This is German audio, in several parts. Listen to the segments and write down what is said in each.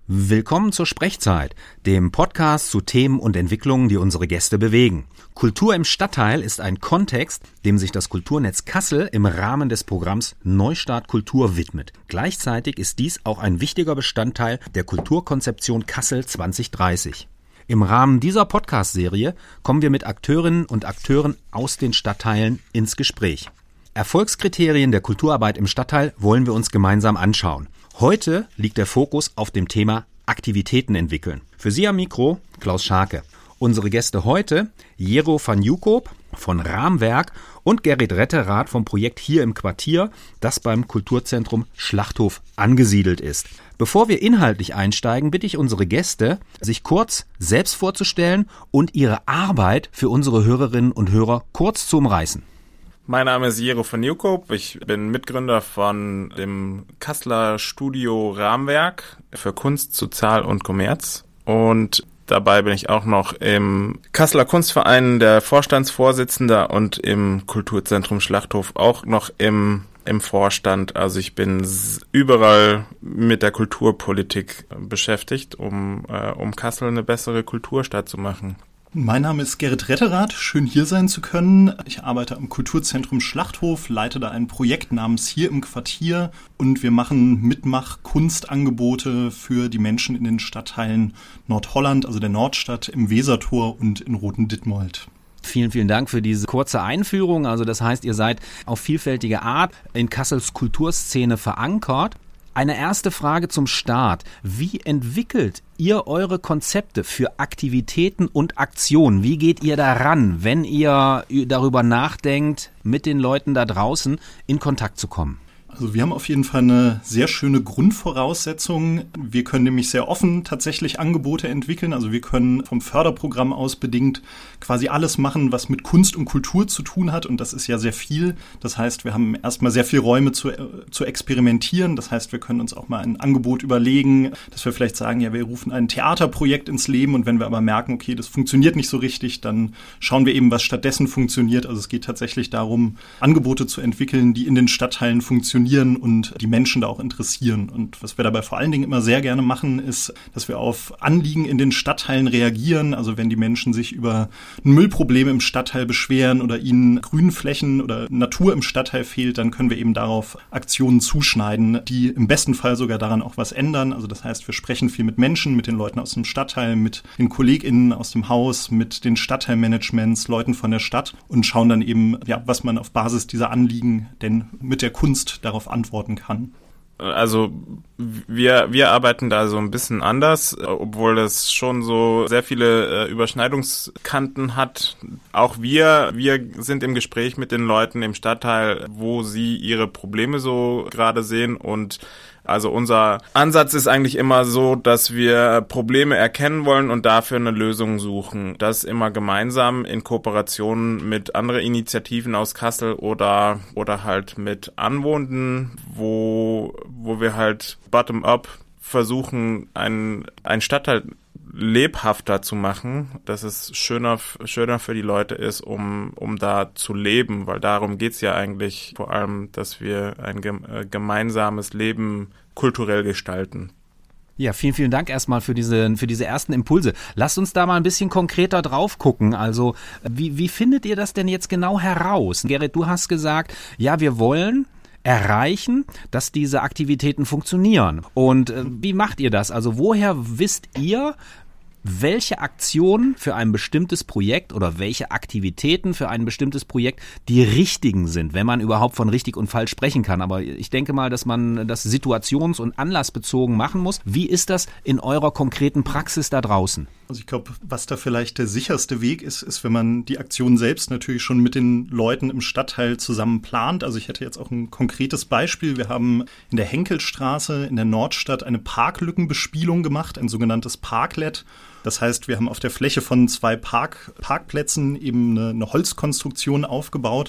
Willkommen zur Sprechzeit, dem Podcast zu Themen und Entwicklungen, die unsere Gäste bewegen. Kultur im Stadtteil ist ein Kontext, dem sich das Kulturnetz Kassel im Rahmen des Programms Neustart Kultur widmet. Gleichzeitig ist dies auch ein wichtiger Bestandteil der Kulturkonzeption Kassel 2030. Im Rahmen dieser Podcast-Serie kommen wir mit Akteurinnen und Akteuren aus den Stadtteilen ins Gespräch. Erfolgskriterien der Kulturarbeit im Stadtteil wollen wir uns gemeinsam anschauen. Heute liegt der Fokus auf dem Thema Aktivitäten entwickeln. Für Sie am Mikro Klaus Scharke. Unsere Gäste heute Jero van Joekop von Raamwerk und Gerrit Retterath vom Projekt Hier im Quartier, das beim Kulturzentrum Schlachthof angesiedelt ist. Bevor wir inhaltlich einsteigen, bitte ich unsere Gäste, sich kurz selbst vorzustellen und ihre Arbeit für unsere Hörerinnen und Hörer kurz zu umreißen. Mein Name ist Jero van Joekop, ich bin Mitgründer von dem Kasseler Studio Raamwerk für Kunst, Sozial und Kommerz und dabei bin ich auch noch im Kasseler Kunstverein der Vorstandsvorsitzender und im Kulturzentrum Schlachthof auch noch im Vorstand. Also ich bin überall mit der Kulturpolitik beschäftigt, um Kassel eine bessere Kulturstadt zu machen. Mein Name ist Gerrit Retterath, schön hier sein zu können. Ich arbeite am Kulturzentrum Schlachthof, leite da ein Projekt namens Hier im Quartier und wir machen Mitmach-Kunstangebote für die Menschen in den Stadtteilen Nordholland, also der Nordstadt, im Wesertor und in Roten-Dittmold. Vielen, vielen Dank für diese kurze Einführung. Also das heißt, ihr seid auf vielfältige Art in Kassels Kulturszene verankert. Eine erste Frage zum Start. Wie entwickelt ihr eure Konzepte für Aktivitäten und Aktionen? Wie geht ihr daran, wenn ihr darüber nachdenkt, mit den Leuten da draußen in Kontakt zu kommen? Also wir haben auf jeden Fall eine sehr schöne Grundvoraussetzung. Wir können nämlich sehr offen tatsächlich Angebote entwickeln. Also wir können vom Förderprogramm aus bedingt quasi alles machen, was mit Kunst und Kultur zu tun hat. Und das ist ja sehr viel. Das heißt, wir haben erstmal sehr viel Räume zu experimentieren. Das heißt, wir können uns auch mal ein Angebot überlegen, dass wir vielleicht sagen, ja, wir rufen ein Theaterprojekt ins Leben. Und wenn wir aber merken, okay, das funktioniert nicht so richtig, dann schauen wir eben, was stattdessen funktioniert. Also es geht tatsächlich darum, Angebote zu entwickeln, die in den Stadtteilen funktionieren und die Menschen da auch interessieren. Und was wir dabei vor allen Dingen immer sehr gerne machen, ist, dass wir auf Anliegen in den Stadtteilen reagieren. Also wenn die Menschen sich über ein Müllproblem im Stadtteil beschweren oder ihnen Grünflächen oder Natur im Stadtteil fehlt, dann können wir eben darauf Aktionen zuschneiden, die im besten Fall sogar daran auch was ändern. Also das heißt, wir sprechen viel mit Menschen, mit den Leuten aus dem Stadtteil, mit den KollegInnen aus dem Haus, mit den Stadtteilmanagements, Leuten von der Stadt und schauen dann eben, ja, was man auf Basis dieser Anliegen denn mit der Kunst darauf antworten kann. Also wir arbeiten da so ein bisschen anders, obwohl das schon so sehr viele Überschneidungskanten hat. Auch wir sind im Gespräch mit den Leuten im Stadtteil, wo sie ihre Probleme so gerade sehen und also unser Ansatz ist eigentlich immer so, dass wir Probleme erkennen wollen und dafür eine Lösung suchen. Das immer gemeinsam in Kooperation mit anderen Initiativen aus Kassel oder halt mit Anwohnenden, wo wir halt bottom-up versuchen, ein Stadtteil lebhafter zu machen, dass es schöner für die Leute ist, um da zu leben, weil darum geht's ja eigentlich vor allem, dass wir ein gemeinsames Leben kulturell gestalten. Ja, vielen, vielen Dank erstmal für diese ersten Impulse. Lasst uns da mal ein bisschen konkreter drauf gucken. Also, wie findet ihr das denn jetzt genau heraus? Gerrit, du hast gesagt, ja, wir wollen erreichen, dass diese Aktivitäten funktionieren. Und wie macht ihr das? Also woher wisst ihr, welche Aktionen für ein bestimmtes Projekt oder welche Aktivitäten für ein bestimmtes Projekt die richtigen sind, wenn man überhaupt von richtig und falsch sprechen kann? Aber ich denke mal, dass man das situations- und anlassbezogen machen muss. Wie ist das in eurer konkreten Praxis da draußen? Also ich glaube, was da vielleicht der sicherste Weg ist, wenn man die Aktion selbst natürlich schon mit den Leuten im Stadtteil zusammen plant. Also ich hätte jetzt auch ein konkretes Beispiel. Wir haben in der Henkelstraße in der Nordstadt eine Parklückenbespielung gemacht, ein sogenanntes Parklet. Das heißt, wir haben auf der Fläche von 2 Parkplätzen eben eine Holzkonstruktion aufgebaut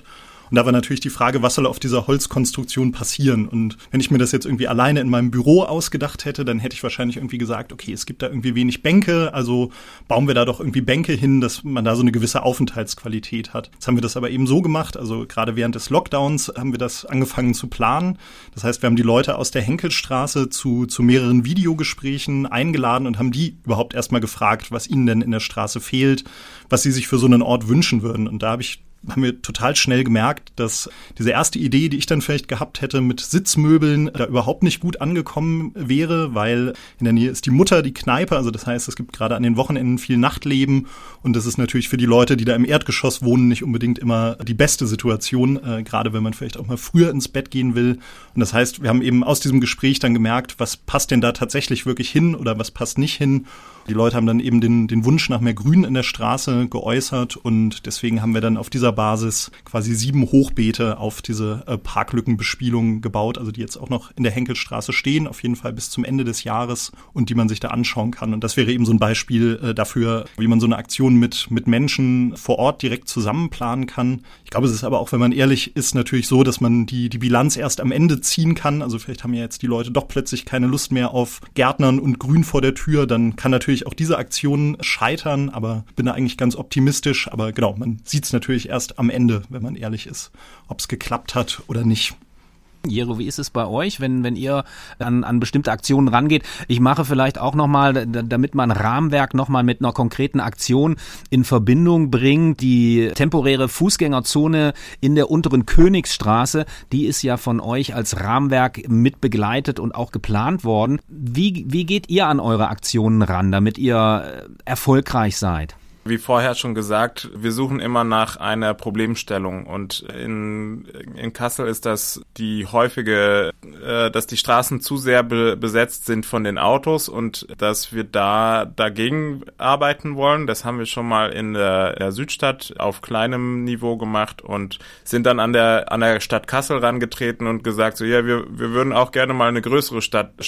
Und da war natürlich die Frage, was soll auf dieser Holzkonstruktion passieren? Und wenn ich mir das jetzt irgendwie alleine in meinem Büro ausgedacht hätte, dann hätte ich wahrscheinlich irgendwie gesagt, okay, es gibt da irgendwie wenig Bänke, also bauen wir da doch irgendwie Bänke hin, dass man da so eine gewisse Aufenthaltsqualität hat. Jetzt haben wir das aber eben so gemacht, also gerade während des Lockdowns haben wir das angefangen zu planen. Das heißt, wir haben die Leute aus der Henkelstraße zu mehreren Videogesprächen eingeladen und haben die überhaupt erstmal gefragt, was ihnen denn in der Straße fehlt, was sie sich für so einen Ort wünschen würden. Und da haben wir total schnell gemerkt, dass diese erste Idee, die ich dann vielleicht gehabt hätte mit Sitzmöbeln, da überhaupt nicht gut angekommen wäre, weil in der Nähe ist die Mutter, die Kneipe, also das heißt, es gibt gerade an den Wochenenden viel Nachtleben und das ist natürlich für die Leute, die da im Erdgeschoss wohnen, nicht unbedingt immer die beste Situation, gerade wenn man vielleicht auch mal früher ins Bett gehen will. Und das heißt, wir haben eben aus diesem Gespräch dann gemerkt, was passt denn da tatsächlich wirklich hin oder was passt nicht hin. Die Leute haben dann eben den Wunsch nach mehr Grün in der Straße geäußert und deswegen haben wir dann auf dieser Basis quasi 7 Hochbeete auf diese Parklückenbespielung gebaut, also die jetzt auch noch in der Henkelstraße stehen, auf jeden Fall bis zum Ende des Jahres und die man sich da anschauen kann. Und das wäre eben so ein Beispiel dafür, wie man so eine Aktion mit Menschen vor Ort direkt zusammenplanen kann. Ich glaube, es ist aber auch, wenn man ehrlich ist, natürlich so, dass man die Bilanz erst am Ende ziehen kann. Also vielleicht haben ja jetzt die Leute doch plötzlich keine Lust mehr auf Gärtnern und Grün vor der Tür, dann kann natürlich auch diese Aktion scheitern, aber bin da eigentlich ganz optimistisch. Aber genau, man sieht es natürlich erst am Ende, wenn man ehrlich ist, ob es geklappt hat oder nicht. Jero, wie ist es bei euch, wenn ihr an bestimmte Aktionen rangeht? Ich mache vielleicht auch nochmal, damit man Rahmenwerk nochmal mit einer konkreten Aktion in Verbindung bringt. Die temporäre Fußgängerzone in der unteren Königsstraße, die ist ja von euch als Rahmenwerk mit begleitet und auch geplant worden. Wie geht ihr an eure Aktionen ran, damit ihr erfolgreich seid? Wie vorher schon gesagt, wir suchen immer nach einer Problemstellung und in Kassel ist das die häufige, dass die Straßen zu sehr besetzt sind von den Autos und dass wir da dagegen arbeiten wollen. Das haben wir schon mal in der Südstadt auf kleinem Niveau gemacht und sind dann an der Stadt Kassel rangetreten und gesagt, so ja, wir würden auch gerne mal eine größere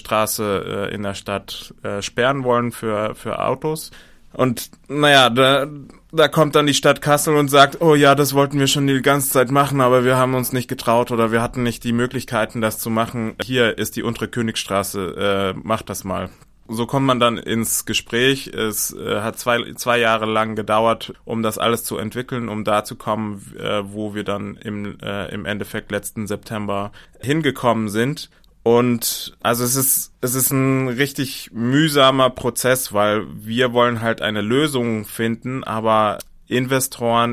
Straße in der Stadt sperren wollen für Autos. Und naja, da kommt dann die Stadt Kassel und sagt, oh ja, das wollten wir schon die ganze Zeit machen, aber wir haben uns nicht getraut oder wir hatten nicht die Möglichkeiten, das zu machen. Hier ist die untere Königsstraße, macht das mal. So kommt man dann ins Gespräch. Es hat zwei Jahre lang gedauert, um das alles zu entwickeln, um da zu kommen, wo wir dann im Endeffekt letzten September hingekommen sind. Und also es ist ein richtig mühsamer Prozess, weil wir wollen halt eine Lösung finden, aber Investoren,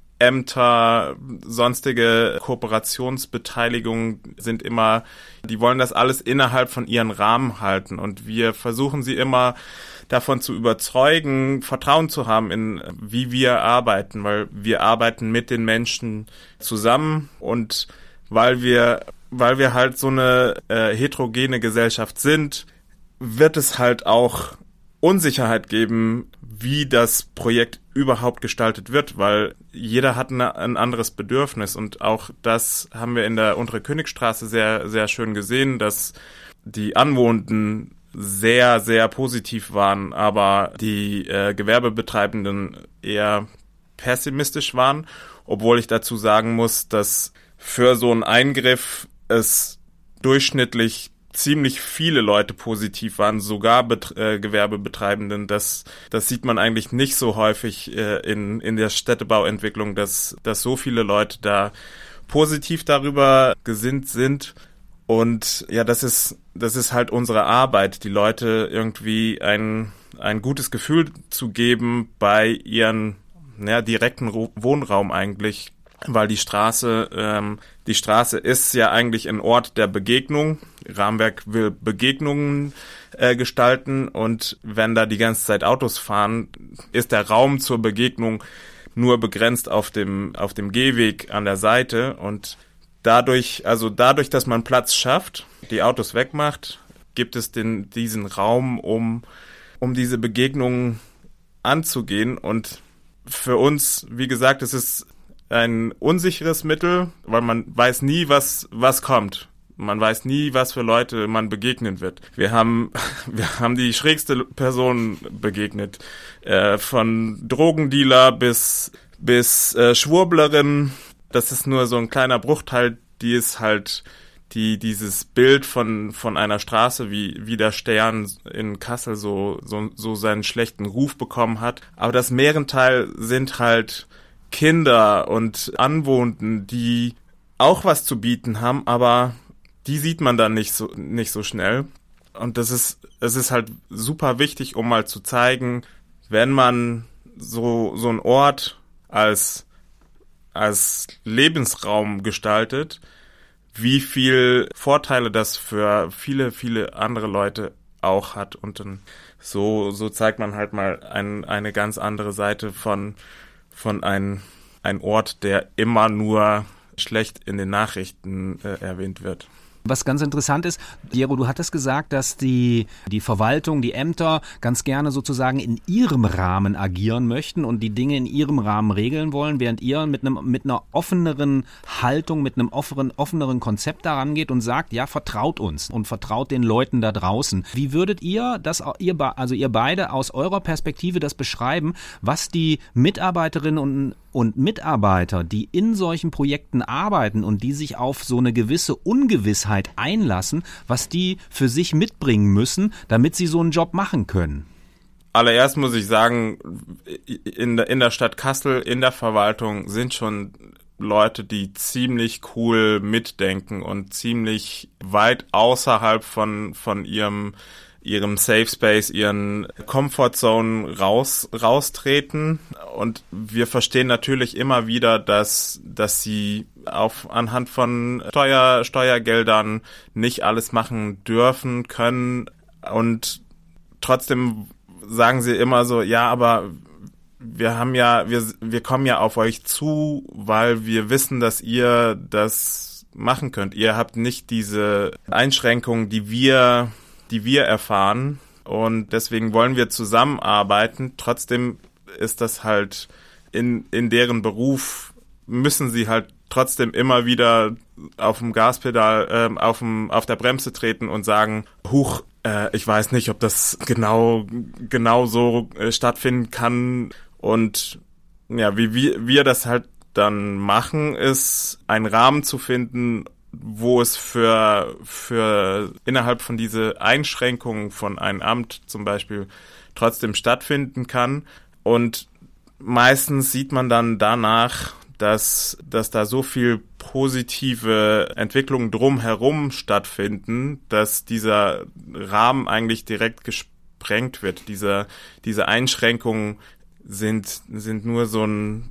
Ämter, sonstige Kooperationsbeteiligungen sind immer, die wollen das alles innerhalb von ihren Rahmen halten und wir versuchen sie immer davon zu überzeugen, Vertrauen zu haben in wie wir arbeiten, weil wir arbeiten mit den Menschen zusammen und weil wir halt so eine heterogene Gesellschaft sind, wird es halt auch Unsicherheit geben, wie das Projekt überhaupt gestaltet wird, weil jeder hat ein anderes Bedürfnis und auch das haben wir in der Untere Königsstraße sehr, sehr schön gesehen, dass die Anwohnenden sehr, sehr positiv waren, aber die Gewerbebetreibenden eher pessimistisch waren, obwohl ich dazu sagen muss, dass für so einen Eingriff es durchschnittlich ziemlich viele Leute positiv waren, sogar Gewerbebetreibenden. Das sieht man eigentlich nicht so häufig in der Städtebauentwicklung, dass so viele Leute da positiv darüber gesinnt sind. Und ja, das ist halt unsere Arbeit, die Leute irgendwie ein gutes Gefühl zu geben bei ihren direkten Wohnraum eigentlich. Weil die Straße ist ja eigentlich ein Ort der Begegnung. Rahmenwerk will Begegnungen gestalten und wenn da die ganze Zeit Autos fahren, ist der Raum zur Begegnung nur begrenzt auf dem Gehweg an der Seite und dadurch, dass man Platz schafft, die Autos wegmacht, gibt es diesen Raum, um diese Begegnungen anzugehen und für uns, wie gesagt, es ist ein unsicheres Mittel, weil man weiß nie, was kommt. Man weiß nie, was für Leute man begegnen wird. Wir haben die schrägste Person begegnet. Von Drogendealer bis Schwurblerin, das ist nur so ein kleiner Bruchteil, dieses Bild von einer Straße, wie der Stern in Kassel so seinen schlechten Ruf bekommen hat. Aber das Mehrenteil sind halt Kinder und Anwohner, die auch was zu bieten haben, aber die sieht man dann nicht so schnell. Und es ist halt super wichtig, um mal zu zeigen, wenn man so einen Ort als Lebensraum gestaltet, wie viel Vorteile das für viele, viele andere Leute auch hat. Und dann so zeigt man halt mal eine ganz andere Seite von einem Ort, der immer nur schlecht in den Nachrichten erwähnt wird. Was ganz interessant ist, Jero, du hattest gesagt, dass die Verwaltung, die Ämter ganz gerne sozusagen in ihrem Rahmen agieren möchten und die Dinge in ihrem Rahmen regeln wollen, während ihr mit einer offeneren Haltung, mit einem offeneren Konzept daran geht und sagt, ja, vertraut uns und vertraut den Leuten da draußen. Wie würdet ihr ihr beide aus eurer Perspektive das beschreiben, was die Mitarbeiterinnen und Mitarbeiter, die in solchen Projekten arbeiten und die sich auf so eine gewisse Ungewissheit einlassen, was die für sich mitbringen müssen, damit sie so einen Job machen können? Allererst muss ich sagen, in der Stadt Kassel, in der Verwaltung sind schon Leute, die ziemlich cool mitdenken und ziemlich weit außerhalb von ihrem Safe Space, ihren Comfort Zone raustreten. Und wir verstehen natürlich immer wieder, dass sie anhand von Steuergeldern nicht alles machen dürfen, können. Und trotzdem sagen sie immer so, ja, aber wir kommen ja auf euch zu, weil wir wissen, dass ihr das machen könnt. Ihr habt nicht diese Einschränkungen, die wir erfahren, und deswegen wollen wir zusammenarbeiten. Trotzdem ist das halt in deren Beruf, müssen sie halt trotzdem immer wieder auf dem Gaspedal, auf der Bremse treten und sagen, huch, ich weiß nicht, ob das genau so stattfinden kann. Und ja, wie wir das halt dann machen, ist einen Rahmen zu finden, wo es für innerhalb von diese Einschränkungen von einem Amt zum Beispiel trotzdem stattfinden kann. Und meistens sieht man dann danach, dass da so viel positive Entwicklungen drumherum stattfinden, dass dieser Rahmen eigentlich direkt gesprengt wird. Diese Einschränkungen sind nur so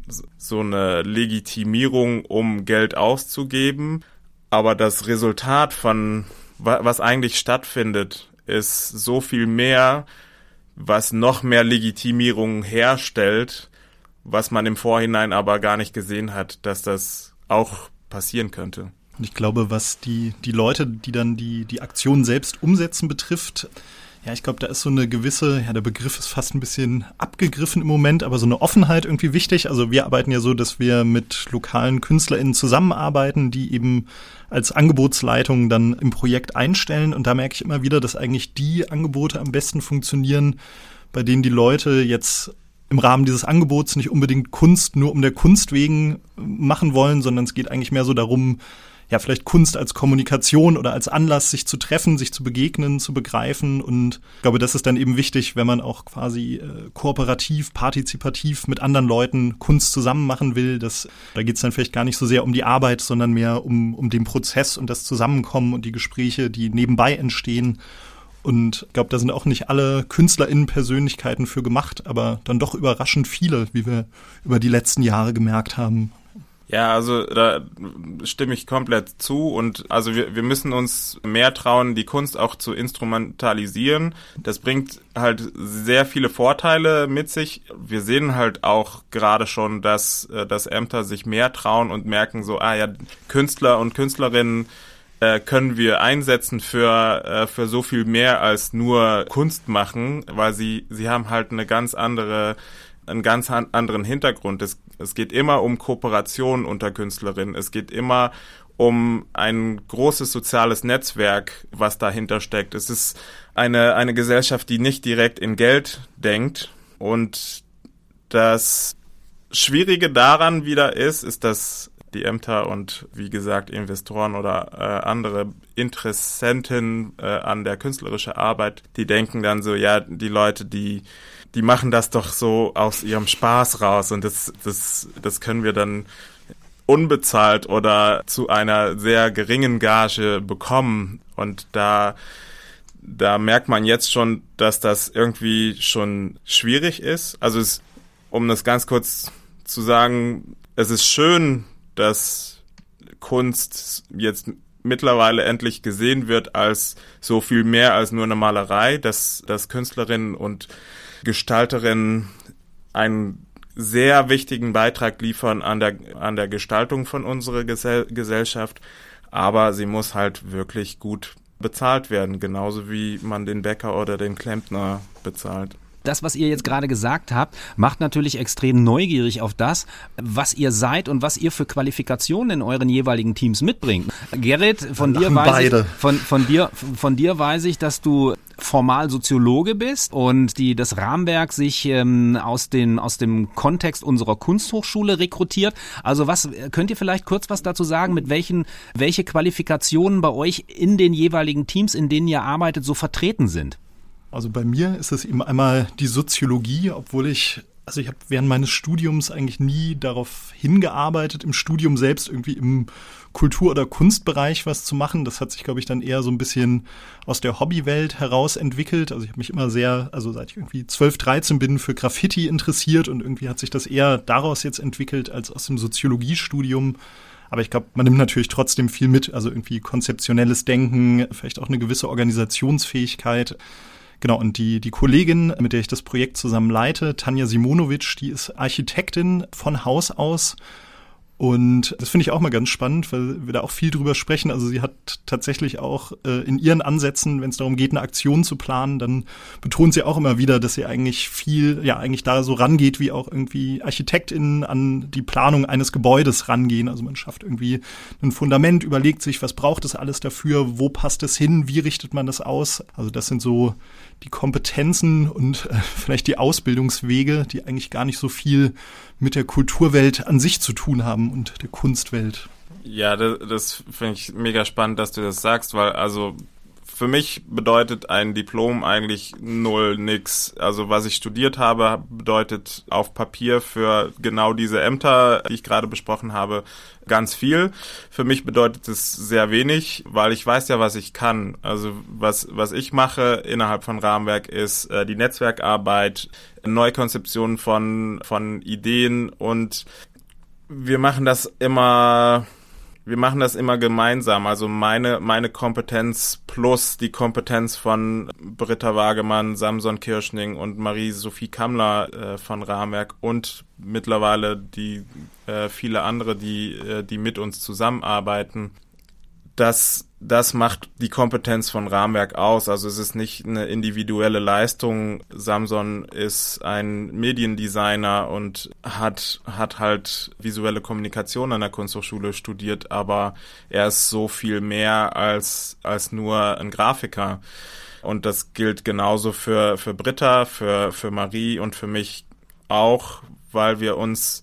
eine Legitimierung, um Geld auszugeben. Aber das Resultat von was eigentlich stattfindet, ist so viel mehr, was noch mehr Legitimierung herstellt, was man im Vorhinein aber gar nicht gesehen hat, dass das auch passieren könnte. Und ich glaube, was die Leute, die dann die Aktion selbst umsetzen betrifft, ja, ich glaube, da ist so eine gewisse, ja, der Begriff ist fast ein bisschen abgegriffen im Moment, aber so eine Offenheit irgendwie wichtig. Also wir arbeiten ja so, dass wir mit lokalen KünstlerInnen zusammenarbeiten, die eben als Angebotsleitung dann im Projekt einstellen. Und da merke ich immer wieder, dass eigentlich die Angebote am besten funktionieren, bei denen die Leute jetzt im Rahmen dieses Angebots nicht unbedingt Kunst nur um der Kunst wegen machen wollen, sondern es geht eigentlich mehr so darum, ja, vielleicht Kunst als Kommunikation oder als Anlass, sich zu treffen, sich zu begegnen, zu begreifen. Und ich glaube, das ist dann eben wichtig, wenn man auch quasi kooperativ, partizipativ mit anderen Leuten Kunst zusammen machen will. Da geht es dann vielleicht gar nicht so sehr um die Arbeit, sondern mehr um den Prozess und das Zusammenkommen und die Gespräche, die nebenbei entstehen. Und ich glaube, da sind auch nicht alle KünstlerInnen-Persönlichkeiten für gemacht, aber dann doch überraschend viele, wie wir über die letzten Jahre gemerkt haben. Ja, also da stimme ich komplett zu, und also wir müssen uns mehr trauen, die Kunst auch zu instrumentalisieren. Das bringt halt sehr viele Vorteile mit sich. Wir sehen halt auch gerade schon, dass Ämter sich mehr trauen und merken so, Künstler und Künstlerinnen können wir einsetzen für so viel mehr als nur Kunst machen, weil sie haben halt einen ganz anderen Hintergrund. Es geht immer um Kooperation unter Künstlerinnen. Es geht immer um ein großes soziales Netzwerk, was dahinter steckt. Es ist eine Gesellschaft, die nicht direkt in Geld denkt. Und das Schwierige daran wieder ist, dass die Ämter und wie gesagt Investoren oder andere Interessenten an der künstlerischen Arbeit, die denken dann so, ja, die Leute, die machen das doch so aus ihrem Spaß raus und das können wir dann unbezahlt oder zu einer sehr geringen Gage bekommen. Und da merkt man jetzt schon, dass das irgendwie schon schwierig ist. Also um das ganz kurz zu sagen, es ist schön, dass Kunst jetzt mittlerweile endlich gesehen wird als so viel mehr als nur eine Malerei, dass Künstlerinnen und Gestalterinnen einen sehr wichtigen Beitrag liefern an der Gestaltung von unserer Gesellschaft, aber sie muss halt wirklich gut bezahlt werden, genauso wie man den Bäcker oder den Klempner bezahlt. Das, was ihr jetzt gerade gesagt habt, macht natürlich extrem neugierig auf das, was ihr seid und was ihr für Qualifikationen in euren jeweiligen Teams mitbringt. Gerrit, von dir weiß ich, dass du formal Soziologe bist und das Rahmenwerk sich aus dem Kontext unserer Kunsthochschule rekrutiert. Also könnt ihr vielleicht kurz was dazu sagen, mit welche Qualifikationen bei euch in den jeweiligen Teams, in denen ihr arbeitet, so vertreten sind? Also bei mir ist es eben einmal die Soziologie, obwohl ich habe während meines Studiums eigentlich nie darauf hingearbeitet, im Studium selbst irgendwie im Kultur- oder Kunstbereich was zu machen. Das hat sich, glaube ich, dann eher so ein bisschen aus der Hobbywelt heraus entwickelt. Also ich habe mich immer seit ich irgendwie 12, 13 bin, für Graffiti interessiert und irgendwie hat sich das eher daraus jetzt entwickelt als aus dem Soziologiestudium. Aber ich glaube, man nimmt natürlich trotzdem viel mit, also irgendwie konzeptionelles Denken, vielleicht auch eine gewisse Organisationsfähigkeit. Genau, und die Kollegin, mit der ich das Projekt zusammen leite, Tanja Simonovic, die ist Architektin von Haus aus. Und das finde ich auch mal ganz spannend, weil wir da auch viel drüber sprechen. Also sie hat tatsächlich auch in ihren Ansätzen, wenn es darum geht, eine Aktion zu planen, dann betont sie auch immer wieder, dass sie eigentlich eigentlich da so rangeht, wie auch irgendwie ArchitektInnen an die Planung eines Gebäudes rangehen. Also man schafft irgendwie ein Fundament, überlegt sich, was braucht es alles dafür, wo passt es hin, wie richtet man das aus. Also das sind so die Kompetenzen und vielleicht die Ausbildungswege, die eigentlich gar nicht so viel mit der Kulturwelt an sich zu tun haben und der Kunstwelt. Ja, das finde ich mega spannend, dass du das sagst, weil also für mich bedeutet ein Diplom eigentlich nix. Also was ich studiert habe, bedeutet auf Papier für genau diese Ämter, die ich gerade besprochen habe, ganz viel. Für mich bedeutet es sehr wenig, weil ich weiß ja, was ich kann. Also was ich mache innerhalb von Rahmenwerk ist die Netzwerkarbeit, Neukonzeption von Ideen und wir machen das immer gemeinsam. Also meine Kompetenz plus die Kompetenz von Britta Wagemann, Samson Kirschning und Marie-Sophie Kammler von Rahmenwerk und mittlerweile die viele andere, die mit uns zusammenarbeiten. Das macht die Kompetenz von Rahmenwerk aus. Also es ist nicht eine individuelle Leistung. Samson ist ein Mediendesigner und hat halt visuelle Kommunikation an der Kunsthochschule studiert, aber er ist so viel mehr als nur ein Grafiker. Und das gilt genauso für Britta, für Marie und für mich auch, weil wir uns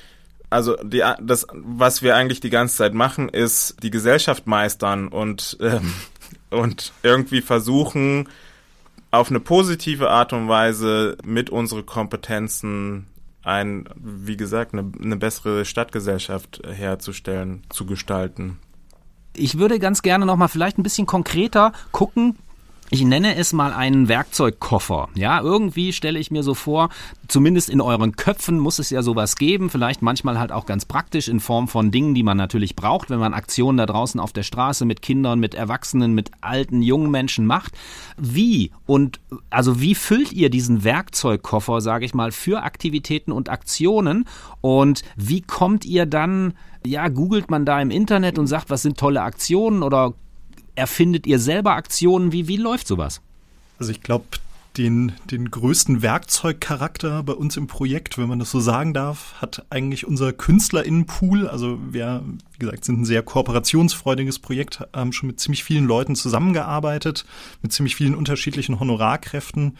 was wir eigentlich die ganze Zeit machen, ist die Gesellschaft meistern und irgendwie versuchen, auf eine positive Art und Weise mit unseren Kompetenzen wie gesagt, eine bessere Stadtgesellschaft herzustellen, zu gestalten. Ich würde ganz gerne noch mal vielleicht ein bisschen konkreter gucken. Ich nenne es mal einen Werkzeugkoffer. Ja, irgendwie stelle ich mir so vor, zumindest in euren Köpfen muss es ja sowas geben, vielleicht manchmal halt auch ganz praktisch in Form von Dingen, die man natürlich braucht, wenn man Aktionen da draußen auf der Straße mit Kindern, mit Erwachsenen, mit alten, jungen Menschen macht. Wie füllt ihr diesen Werkzeugkoffer, sage ich mal, für Aktivitäten und Aktionen und wie kommt ihr dann, googelt man da im Internet und sagt, was sind tolle Aktionen oder erfindet ihr selber Aktionen? Wie läuft sowas? Also ich glaube, den größten Werkzeugcharakter bei uns im Projekt, wenn man das so sagen darf, hat eigentlich unser KünstlerInnenpool. Also wir, wie gesagt, sind ein sehr kooperationsfreudiges Projekt, haben schon mit ziemlich vielen Leuten zusammengearbeitet, mit ziemlich vielen unterschiedlichen Honorarkräften.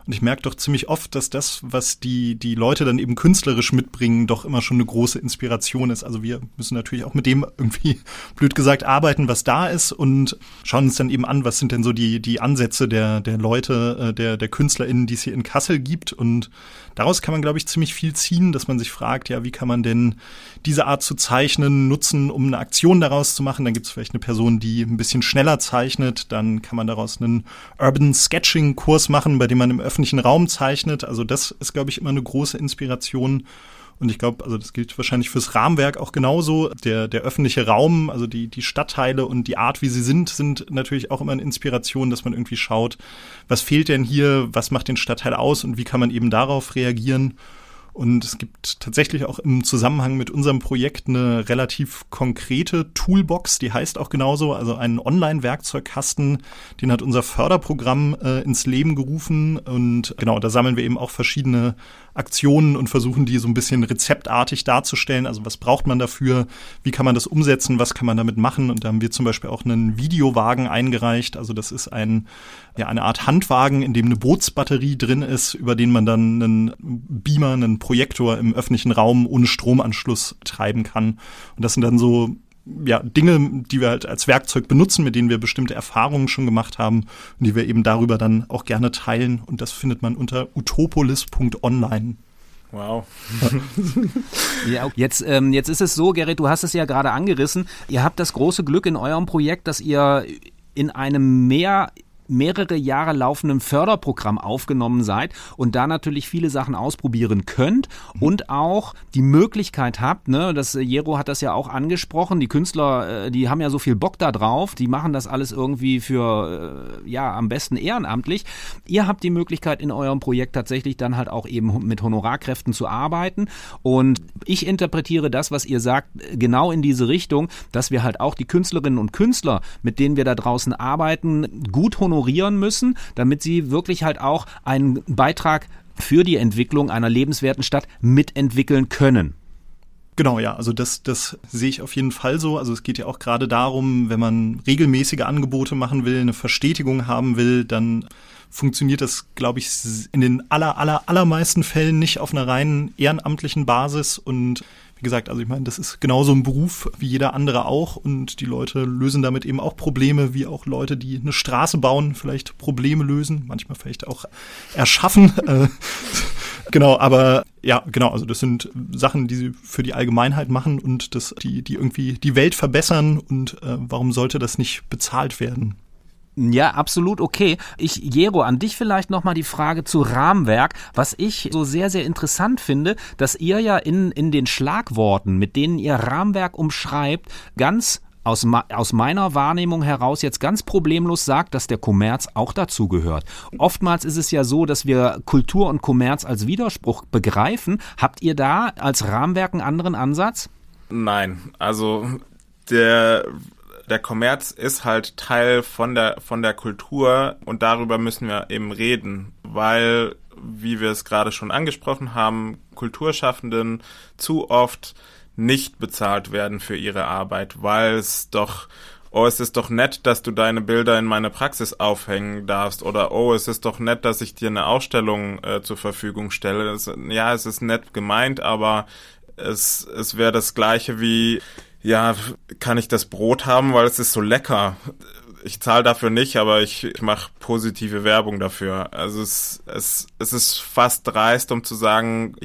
Und ich merke doch ziemlich oft, dass das, was die Leute dann eben künstlerisch mitbringen, doch immer schon eine große Inspiration ist. Also wir müssen natürlich auch mit dem irgendwie, blöd gesagt, arbeiten, was da ist und schauen uns dann eben an, was sind denn so die Ansätze der Leute, der KünstlerInnen, die es hier in Kassel gibt. Und daraus kann man, glaube ich, ziemlich viel ziehen, dass man sich fragt, ja, wie kann man denn diese Art zu zeichnen nutzen, um eine Aktion daraus zu machen. Dann gibt es vielleicht eine Person, die ein bisschen schneller zeichnet. Dann kann man daraus einen Urban Sketching Kurs machen, bei dem man im öffentlichen Raum zeichnet. Also das ist, glaube ich, immer eine große Inspiration. Und ich glaube, also das gilt wahrscheinlich fürs Rahmenwerk auch genauso. Der öffentliche Raum, also die Stadtteile und die Art, wie sie sind natürlich auch immer eine Inspiration, dass man irgendwie schaut, was fehlt denn hier, was macht den Stadtteil aus und wie kann man eben darauf reagieren. Und es gibt tatsächlich auch im Zusammenhang mit unserem Projekt eine relativ konkrete Toolbox, die heißt auch genauso, also einen Online-Werkzeugkasten, den hat unser Förderprogramm ins Leben gerufen. Und genau, da sammeln wir eben auch verschiedene Aktionen und versuchen die so ein bisschen rezeptartig darzustellen. Also was braucht man dafür? Wie kann man das umsetzen? Was kann man damit machen? Und da haben wir zum Beispiel auch einen Videowagen eingereicht. Also das ist eine Art Handwagen, in dem eine Bootsbatterie drin ist, über den man dann einen Beamer, einen Projektor im öffentlichen Raum ohne Stromanschluss treiben kann. Und das sind dann so Dinge, die wir halt als Werkzeug benutzen, mit denen wir bestimmte Erfahrungen schon gemacht haben und die wir eben darüber dann auch gerne teilen. Und das findet man unter utopolis.online. Wow. Ja, jetzt ist es so, Gerrit, du hast es ja gerade angerissen. Ihr habt das große Glück in eurem Projekt, dass ihr in einem mehrere Jahre laufendem Förderprogramm aufgenommen seid und da natürlich viele Sachen ausprobieren könnt und auch die Möglichkeit habt, ne, Jero hat das ja auch angesprochen, die Künstler, die haben ja so viel Bock da drauf, die machen das alles irgendwie für, am besten ehrenamtlich. Ihr habt die Möglichkeit in eurem Projekt tatsächlich dann halt auch eben mit Honorarkräften zu arbeiten und ich interpretiere das, was ihr sagt, genau in diese Richtung, dass wir halt auch die Künstlerinnen und Künstler, mit denen wir da draußen arbeiten, gut honorieren müssen, damit sie wirklich halt auch einen Beitrag für die Entwicklung einer lebenswerten Stadt mitentwickeln können. Genau, ja, also das sehe ich auf jeden Fall so. Also es geht ja auch gerade darum, wenn man regelmäßige Angebote machen will, eine Verstetigung haben will, dann funktioniert das, glaube ich, in den allermeisten Fällen nicht auf einer rein ehrenamtlichen Basis. Und wie gesagt, also ich meine, das ist genauso ein Beruf wie jeder andere auch und die Leute lösen damit eben auch Probleme, wie auch Leute, die eine Straße bauen, vielleicht Probleme lösen, manchmal vielleicht auch erschaffen. Genau, aber ja, genau, also das sind Sachen, die sie für die Allgemeinheit machen und die irgendwie die Welt verbessern und warum sollte das nicht bezahlt werden? Ja, absolut okay. Jero, an dich vielleicht nochmal die Frage zu Rahmenwerk, was ich so sehr, sehr interessant finde, dass ihr ja in den Schlagworten, mit denen ihr Rahmenwerk umschreibt, ganz aus meiner Wahrnehmung heraus jetzt ganz problemlos sagt, dass der Kommerz auch dazu gehört. Oftmals ist es ja so, dass wir Kultur und Kommerz als Widerspruch begreifen. Habt ihr da als Rahmenwerk einen anderen Ansatz? Nein, also der Kommerz ist halt Teil von der Kultur und darüber müssen wir eben reden, weil, wie wir es gerade schon angesprochen haben, Kulturschaffenden zu oft nicht bezahlt werden für ihre Arbeit, weil es ist doch nett, dass du deine Bilder in meine Praxis aufhängen darfst oder es ist doch nett, dass ich dir eine Ausstellung zur Verfügung stelle. Es ist nett gemeint, aber es wäre das Gleiche wie kann ich das Brot haben, weil es ist so lecker. Ich zahle dafür nicht, aber ich mache positive Werbung dafür. Also es ist fast dreist, um zu sagen,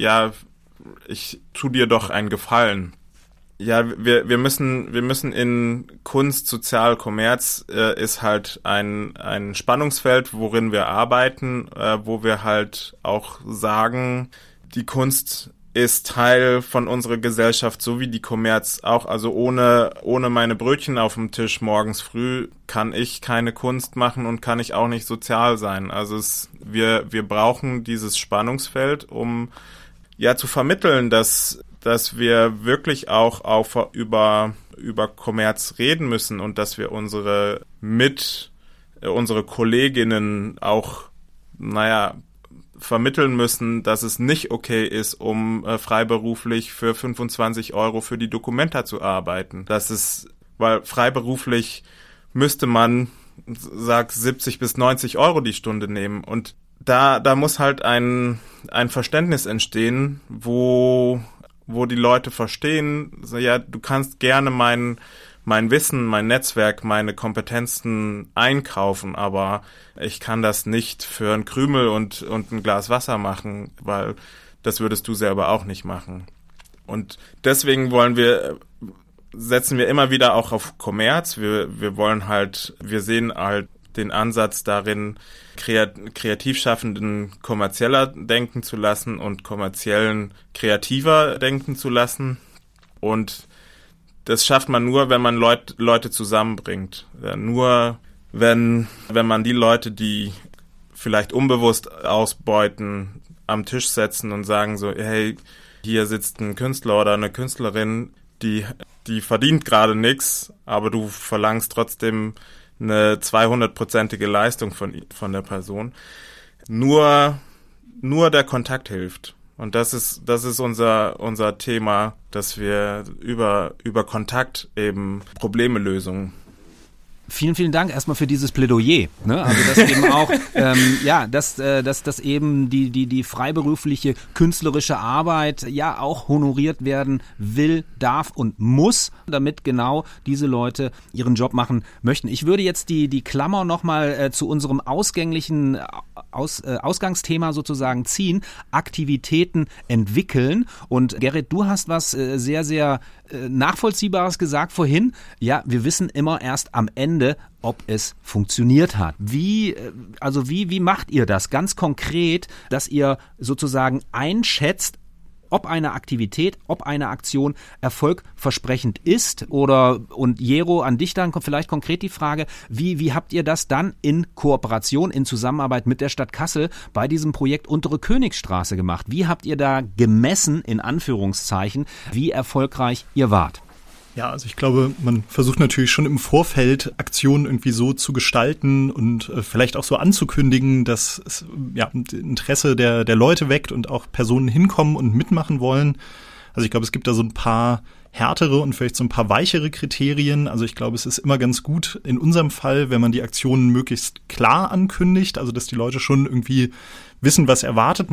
ich tu dir doch einen Gefallen. Ja, wir müssen in Kunst, Sozial, Kommerz ist halt ein Spannungsfeld, worin wir arbeiten, wo wir halt auch sagen, die Kunst ist Teil von unserer Gesellschaft, so wie die Kommerz auch. Also ohne meine Brötchen auf dem Tisch morgens früh kann ich keine Kunst machen und kann ich auch nicht sozial sein. Also wir brauchen dieses Spannungsfeld, um zu vermitteln, dass wir wirklich auch über Kommerz reden müssen und dass wir unsere Kolleginnen auch, vermitteln müssen, dass es nicht okay ist, um freiberuflich für 25 € für die Documenta zu arbeiten. Weil freiberuflich müsste man, 70 bis 90 € die Stunde nehmen und da muss halt ein Verständnis entstehen, wo die Leute verstehen, so, ja, du kannst gerne mein Wissen, mein Netzwerk, meine Kompetenzen einkaufen, aber ich kann das nicht für einen Krümel und ein Glas Wasser machen, weil das würdest du selber auch nicht machen. Und deswegen setzen wir immer wieder auch auf Kommerz. Wir sehen halt den Ansatz darin, Kreativschaffenden kommerzieller denken zu lassen und kommerziellen kreativer denken zu lassen. Und das schafft man nur, wenn man Leute zusammenbringt. Nur wenn man die Leute, die vielleicht unbewusst ausbeuten, am Tisch setzen und sagen so, hey, hier sitzt ein Künstler oder eine Künstlerin, die verdient gerade nichts, aber du verlangst trotzdem eine 200-prozentige Leistung von der Person. Nur der Kontakt hilft. Und das ist unser Thema, dass wir über Kontakt eben Probleme lösen. Vielen, vielen Dank erstmal für dieses Plädoyer. Ne? Also dass eben auch, dass eben die freiberufliche künstlerische Arbeit ja auch honoriert werden will, darf und muss, damit genau diese Leute ihren Job machen möchten. Ich würde jetzt die Klammer nochmal zu unserem ausgänglichen Ausgangsthema sozusagen ziehen, Aktivitäten entwickeln. Und Gerrit, du hast was sehr, sehr Nachvollziehbares gesagt vorhin. Ja, wir wissen immer erst am Ende, ob es funktioniert hat. Wie macht ihr das ganz konkret, dass ihr sozusagen einschätzt, ob eine Aktivität, ob eine Aktion erfolgversprechend ist und Jero, an dich dann vielleicht konkret die Frage, wie habt ihr das dann in Kooperation, in Zusammenarbeit mit der Stadt Kassel bei diesem Projekt Untere Königstraße gemacht? Wie habt ihr da gemessen, in Anführungszeichen, wie erfolgreich ihr wart? Ja, also ich glaube, man versucht natürlich schon im Vorfeld Aktionen irgendwie so zu gestalten und vielleicht auch so anzukündigen, dass es Interesse der Leute weckt und auch Personen hinkommen und mitmachen wollen. Also ich glaube, es gibt da so ein paar härtere und vielleicht so ein paar weichere Kriterien. Also ich glaube, es ist immer ganz gut in unserem Fall, wenn man die Aktionen möglichst klar ankündigt, also dass die Leute schon irgendwie wissen, was erwartet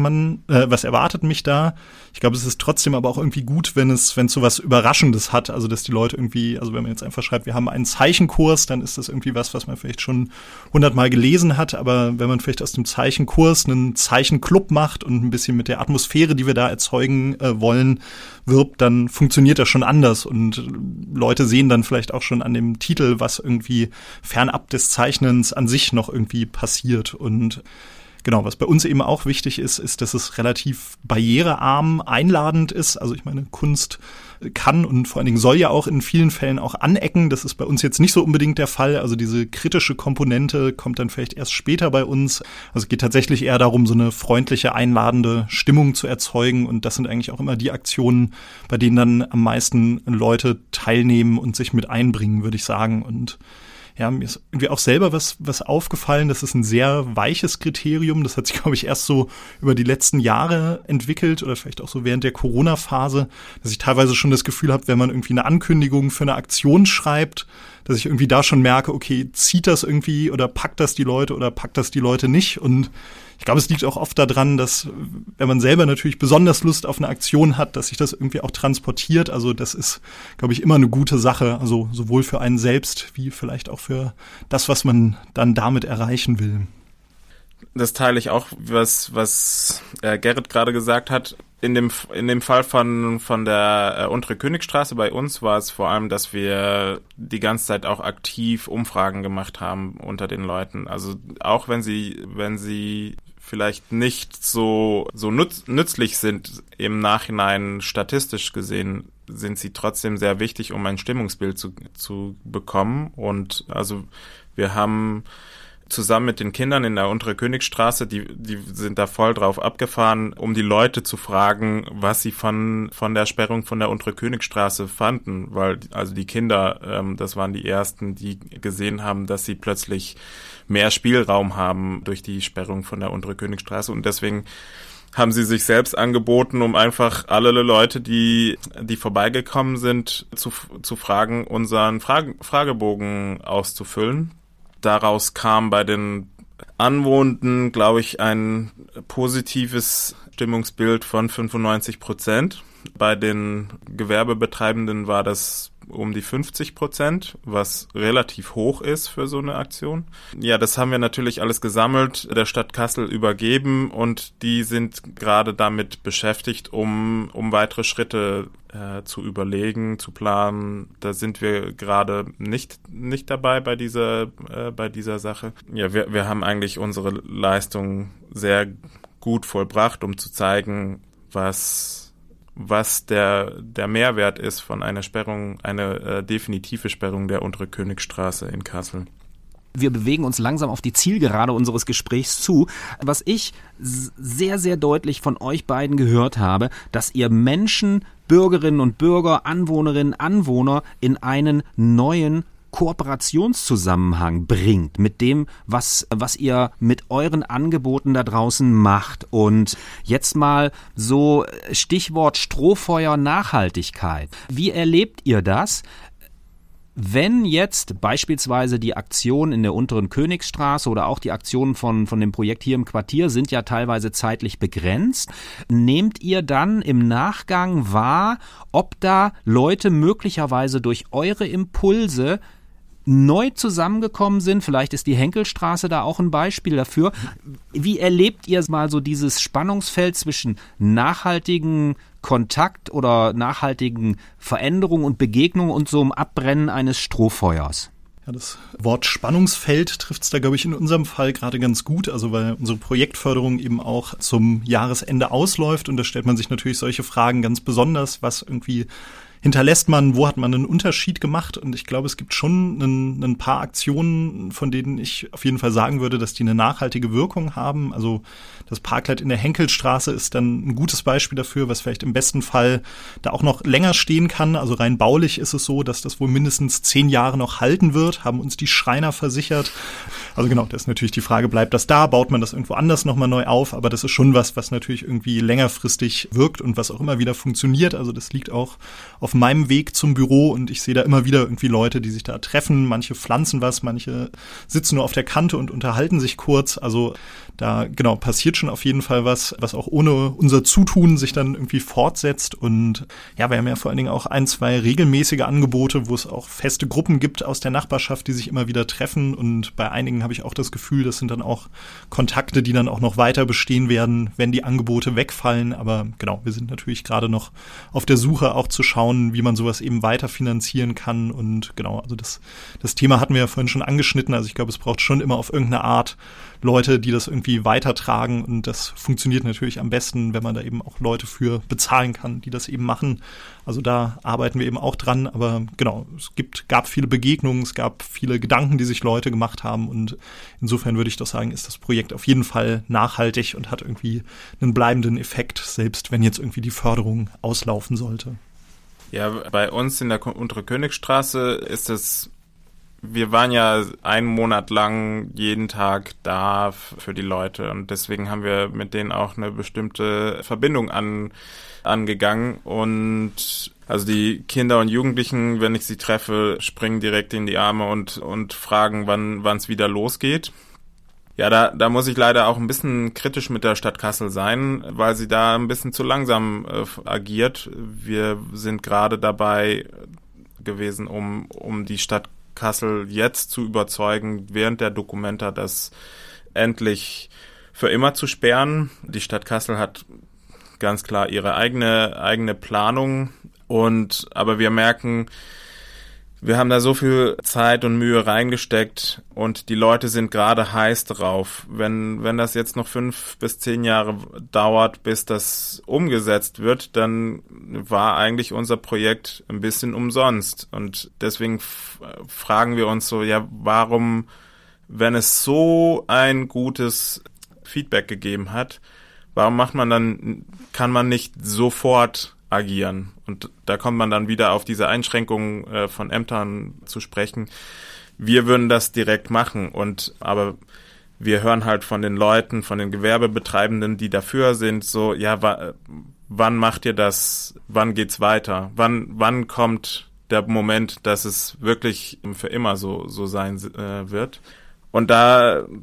mich da. Ich glaube, es ist trotzdem aber auch irgendwie gut, wenn es so was Überraschendes hat, also dass die Leute irgendwie, also wenn man jetzt einfach schreibt, wir haben einen Zeichenkurs, dann ist das irgendwie was man vielleicht schon 100-mal gelesen hat, aber wenn man vielleicht aus dem Zeichenkurs einen Zeichenclub macht und ein bisschen mit der Atmosphäre, die wir da erzeugen wollen, wirbt, dann funktioniert das schon anders und Leute sehen dann vielleicht auch schon an dem Titel, was irgendwie fernab des Zeichnens an sich noch irgendwie passiert. Und genau, was bei uns eben auch wichtig ist, dass es relativ barrierearm, einladend ist. Also ich meine, Kunst kann und vor allen Dingen soll ja auch in vielen Fällen auch anecken. Das ist bei uns jetzt nicht so unbedingt der Fall. Also diese kritische Komponente kommt dann vielleicht erst später bei uns. Also es geht tatsächlich eher darum, so eine freundliche, einladende Stimmung zu erzeugen. Und das sind eigentlich auch immer die Aktionen, bei denen dann am meisten Leute teilnehmen und sich mit einbringen, würde ich sagen. Und ja, mir ist irgendwie auch selber was aufgefallen. Das ist ein sehr weiches Kriterium. Das hat sich, glaube ich, erst so über die letzten Jahre entwickelt oder vielleicht auch so während der Corona-Phase, dass ich teilweise schon das Gefühl habe, wenn man irgendwie eine Ankündigung für eine Aktion schreibt, dass ich irgendwie da schon merke, okay, zieht das irgendwie oder packt das die Leute nicht? Und ich glaube, es liegt auch oft daran, dass, wenn man selber natürlich besonders Lust auf eine Aktion hat, dass sich das irgendwie auch transportiert. Also das ist, glaube ich, immer eine gute Sache. Also sowohl für einen selbst wie vielleicht auch für das, was man dann damit erreichen will. Das teile ich auch, was Gerrit gerade gesagt hat. In dem Fall von der Untere Königstraße bei uns war es vor allem, dass wir die ganze Zeit auch aktiv Umfragen gemacht haben unter den Leuten. Also auch wenn sie vielleicht nicht so nützlich sind im Nachhinein statistisch gesehen, sind sie trotzdem sehr wichtig, um ein Stimmungsbild zu bekommen. Und also wir haben zusammen mit den Kindern in der Untere Königstraße, die sind da voll drauf abgefahren, um die Leute zu fragen, was sie von der Sperrung von der Untere Königstraße fanden, weil also die Kinder, das waren die ersten, die gesehen haben, dass sie plötzlich mehr Spielraum haben durch die Sperrung von der Untere Königstraße und deswegen haben sie sich selbst angeboten, um einfach alle Leute, die vorbeigekommen sind, zu fragen, unseren Fragebogen auszufüllen. Daraus kam bei den Anwohnenden, glaube ich, ein positives Stimmungsbild von 95%. Bei den Gewerbebetreibenden war das um die 50%, was relativ hoch ist für so eine Aktion. Ja, das haben wir natürlich alles gesammelt, der Stadt Kassel übergeben und die sind gerade damit beschäftigt, um weitere Schritte zu überlegen, zu planen. Da sind wir gerade nicht dabei bei dieser Sache. Ja, wir haben eigentlich unsere Leistung sehr gut vollbracht, um zu zeigen, was der Mehrwert ist von einer Sperrung, eine definitive Sperrung der Untere Königstraße in Kassel. Wir bewegen uns langsam auf die Zielgerade unseres Gesprächs zu. Was ich sehr, sehr deutlich von euch beiden gehört habe, dass ihr Menschen, Bürgerinnen und Bürger, Anwohnerinnen, Anwohner in einen neuen Kooperationszusammenhang bringt mit dem, was ihr mit euren Angeboten da draußen macht. Und jetzt mal so Stichwort Strohfeuer Nachhaltigkeit. Wie erlebt ihr das? Wenn jetzt beispielsweise die Aktion in der Unteren Königstraße oder auch die Aktionen von dem Projekt hier im Quartier sind ja teilweise zeitlich begrenzt, nehmt ihr dann im Nachgang wahr, ob da Leute möglicherweise durch eure Impulse neu zusammengekommen sind? Vielleicht ist die Henkelstraße da auch ein Beispiel dafür. Wie erlebt ihr mal so dieses Spannungsfeld zwischen nachhaltigen Kontakt oder nachhaltigen Veränderungen und Begegnungen und so einem Abbrennen eines Strohfeuers? Ja, das Wort Spannungsfeld trifft es da, glaube ich, in unserem Fall gerade ganz gut, also weil unsere Projektförderung eben auch zum Jahresende ausläuft und da stellt man sich natürlich solche Fragen ganz besonders, was irgendwie hinterlässt man, wo hat man einen Unterschied gemacht? Und ich glaube, es gibt schon ein paar Aktionen, von denen ich auf jeden Fall sagen würde, dass die eine nachhaltige Wirkung haben. Also das Parkleid in der Henkelstraße ist dann ein gutes Beispiel dafür, was vielleicht im besten Fall da auch noch länger stehen kann. Also rein baulich ist es so, dass das wohl mindestens 10 Jahre noch halten wird, haben uns die Schreiner versichert. Also genau, das ist natürlich die Frage, bleibt das da? Baut man das irgendwo anders nochmal neu auf? Aber das ist schon was natürlich irgendwie längerfristig wirkt und was auch immer wieder funktioniert. Also das liegt auch auf meinem Weg zum Büro und ich sehe da immer wieder irgendwie Leute, die sich da treffen. Manche pflanzen was, manche sitzen nur auf der Kante und unterhalten sich kurz. Also da genau passiert schon auf jeden Fall was auch ohne unser Zutun sich dann irgendwie fortsetzt. Und ja, wir haben ja vor allen Dingen auch 1, 2 regelmäßige Angebote, wo es auch feste Gruppen gibt aus der Nachbarschaft, die sich immer wieder treffen. Und bei einigen habe ich auch das Gefühl, das sind dann auch Kontakte, die dann auch noch weiter bestehen werden, wenn die Angebote wegfallen. Aber genau, wir sind natürlich gerade noch auf der Suche auch zu schauen, wie man sowas eben weiter finanzieren kann. Und genau, also das Thema hatten wir ja vorhin schon angeschnitten. Also ich glaube, es braucht schon immer auf irgendeine Art Leute, die das irgendwie weitertragen. Und das funktioniert natürlich am besten, wenn man da eben auch Leute für bezahlen kann, die das eben machen. Also da arbeiten wir eben auch dran. Aber genau, es gab viele Begegnungen, es gab viele Gedanken, die sich Leute gemacht haben. Und insofern würde ich doch sagen, ist das Projekt auf jeden Fall nachhaltig und hat irgendwie einen bleibenden Effekt, selbst wenn jetzt irgendwie die Förderung auslaufen sollte. Ja, bei uns in der Untere Königstraße ist es, wir waren ja einen Monat lang jeden Tag da für die Leute und deswegen haben wir mit denen auch eine bestimmte Verbindung angegangen und also die Kinder und Jugendlichen, wenn ich sie treffe, springen direkt in die Arme und fragen, wann es wieder losgeht. Ja, da muss ich leider auch ein bisschen kritisch mit der Stadt Kassel sein, weil sie da ein bisschen zu langsam agiert. Wir sind gerade dabei gewesen, um die Stadt Kassel jetzt zu überzeugen, während der Documenta das endlich für immer zu sperren. Die Stadt Kassel hat ganz klar ihre eigene Planung aber wir merken, wir haben da so viel Zeit und Mühe reingesteckt und die Leute sind gerade heiß drauf. Wenn das jetzt noch 5 bis 10 Jahre dauert, bis das umgesetzt wird, dann war eigentlich unser Projekt ein bisschen umsonst. Und deswegen fragen wir uns so, ja, warum, wenn es so ein gutes Feedback gegeben hat, warum kann man nicht sofort agieren? Und da kommt man dann wieder auf diese Einschränkungen von Ämtern zu sprechen. Wir würden das direkt machen aber wir hören halt von den Leuten, von den Gewerbebetreibenden, die dafür sind, so, ja, wann macht ihr das? Wann geht's weiter? Wann kommt der Moment, dass es wirklich für immer so sein wird? Und da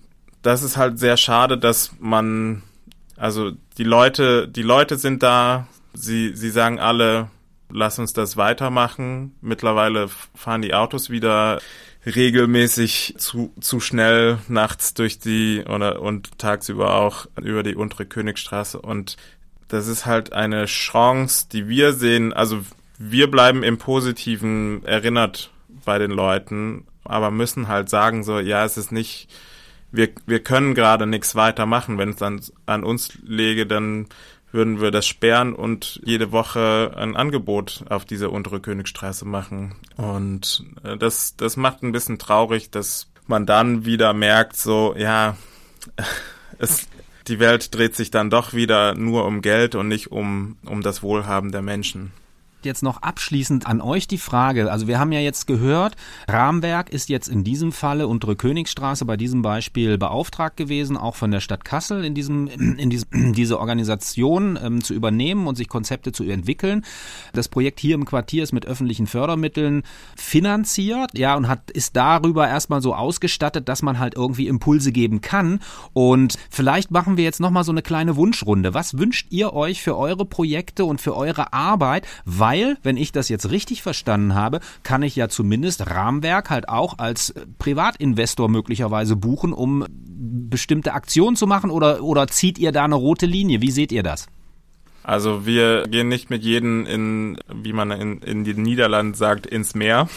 das ist halt sehr schade, dass die Leute sind da, sie sagen alle, lass uns das weitermachen. Mittlerweile fahren die Autos wieder regelmäßig zu schnell nachts und tagsüber auch über die untere Königstraße. Und das ist halt eine Chance, die wir sehen. Also wir bleiben im Positiven erinnert bei den Leuten, aber müssen halt sagen so, ja, es ist nicht, wir können gerade nichts weitermachen. Wenn es dann an uns läge, dann würden wir das sperren und jede Woche ein Angebot auf diese untere Königstraße machen. Und das macht ein bisschen traurig, dass man dann wieder merkt, so, ja, die Welt dreht sich dann doch wieder nur um Geld und nicht um das Wohlhaben der Menschen. Jetzt noch abschließend an euch die Frage, also wir haben ja jetzt gehört, Ramberg ist jetzt in diesem Falle untere Königstraße bei diesem Beispiel beauftragt gewesen, auch von der Stadt Kassel diese Organisation zu übernehmen und sich Konzepte zu entwickeln. Das Projekt hier im Quartier ist mit öffentlichen Fördermitteln finanziert, ja, und ist darüber erstmal so ausgestattet, dass man halt irgendwie Impulse geben kann. Und vielleicht machen wir jetzt nochmal so eine kleine Wunschrunde. Was wünscht ihr euch für eure Projekte und für eure Arbeit? Weil, wenn ich das jetzt richtig verstanden habe, kann ich ja zumindest Ramberg halt auch als Privatinvestor möglicherweise buchen, um bestimmte Aktionen zu machen, oder zieht ihr da eine rote Linie? Wie seht ihr das? Also wir gehen nicht mit jedem wie man in den Niederlanden sagt, ins Meer,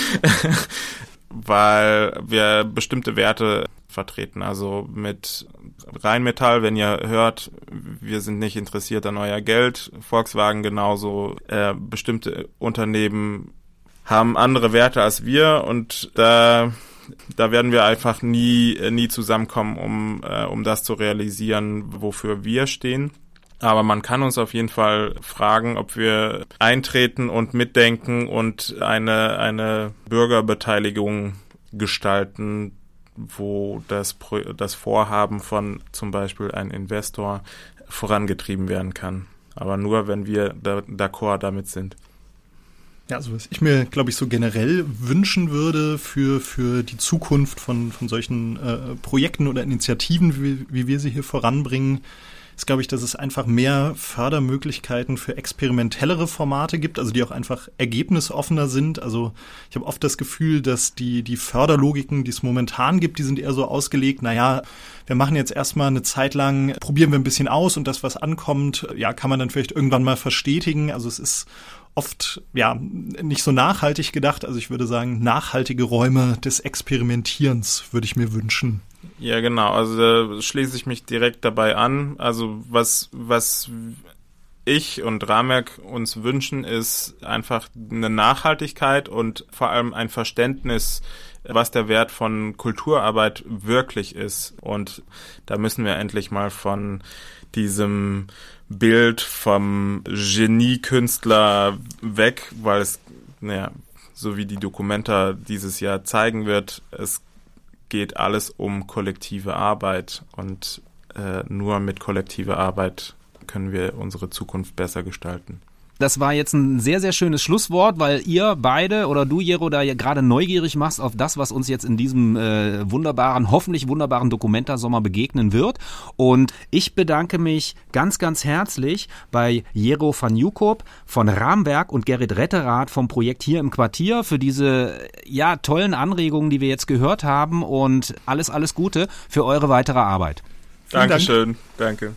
weil wir bestimmte Werte vertreten. Also mit Rheinmetall, wenn ihr hört, wir sind nicht interessiert an euer Geld, Volkswagen genauso, bestimmte Unternehmen haben andere Werte als wir und da werden wir einfach nie zusammenkommen, um das zu realisieren, wofür wir stehen. Aber man kann uns auf jeden Fall fragen, ob wir eintreten und mitdenken und eine Bürgerbeteiligung gestalten, wo das Vorhaben von zum Beispiel einem Investor vorangetrieben werden kann. Aber nur, wenn wir d'accord damit sind. Ja, also was ich mir, glaube ich, so generell wünschen würde für die Zukunft von solchen Projekten oder Initiativen, wie wir sie hier voranbringen, ist, glaube ich, dass es einfach mehr Fördermöglichkeiten für experimentellere Formate gibt, also die auch einfach ergebnisoffener sind. Also ich habe oft das Gefühl, dass die Förderlogiken, die es momentan gibt, die sind eher so ausgelegt, naja, wir machen jetzt erstmal eine Zeit lang, probieren wir ein bisschen aus und das, was ankommt, ja, kann man dann vielleicht irgendwann mal verstetigen. Also es ist oft, ja, nicht so nachhaltig gedacht. Also ich würde sagen, nachhaltige Räume des Experimentierens würde ich mir wünschen. Ja, genau. Also da schließe ich mich direkt dabei an. Also was ich und Ramberg uns wünschen, ist einfach eine Nachhaltigkeit und vor allem ein Verständnis, was der Wert von Kulturarbeit wirklich ist. Und da müssen wir endlich mal von diesem Bild vom Genie-Künstler weg, weil es, so wie die Documenta dieses Jahr zeigen wird, es geht alles um kollektive Arbeit und nur mit kollektiver Arbeit können wir unsere Zukunft besser gestalten. Das war jetzt ein sehr, sehr schönes Schlusswort, weil ihr beide oder du, Jero, da ja gerade neugierig machst auf das, was uns jetzt in diesem hoffentlich wunderbaren Documenta-Sommer begegnen wird. Und ich bedanke mich ganz, ganz herzlich bei Jero van Joekop von Ramberg und Gerrit Retterath vom Projekt hier im Quartier für diese tollen Anregungen, die wir jetzt gehört haben, und alles Gute für eure weitere Arbeit. Dankeschön. Danke.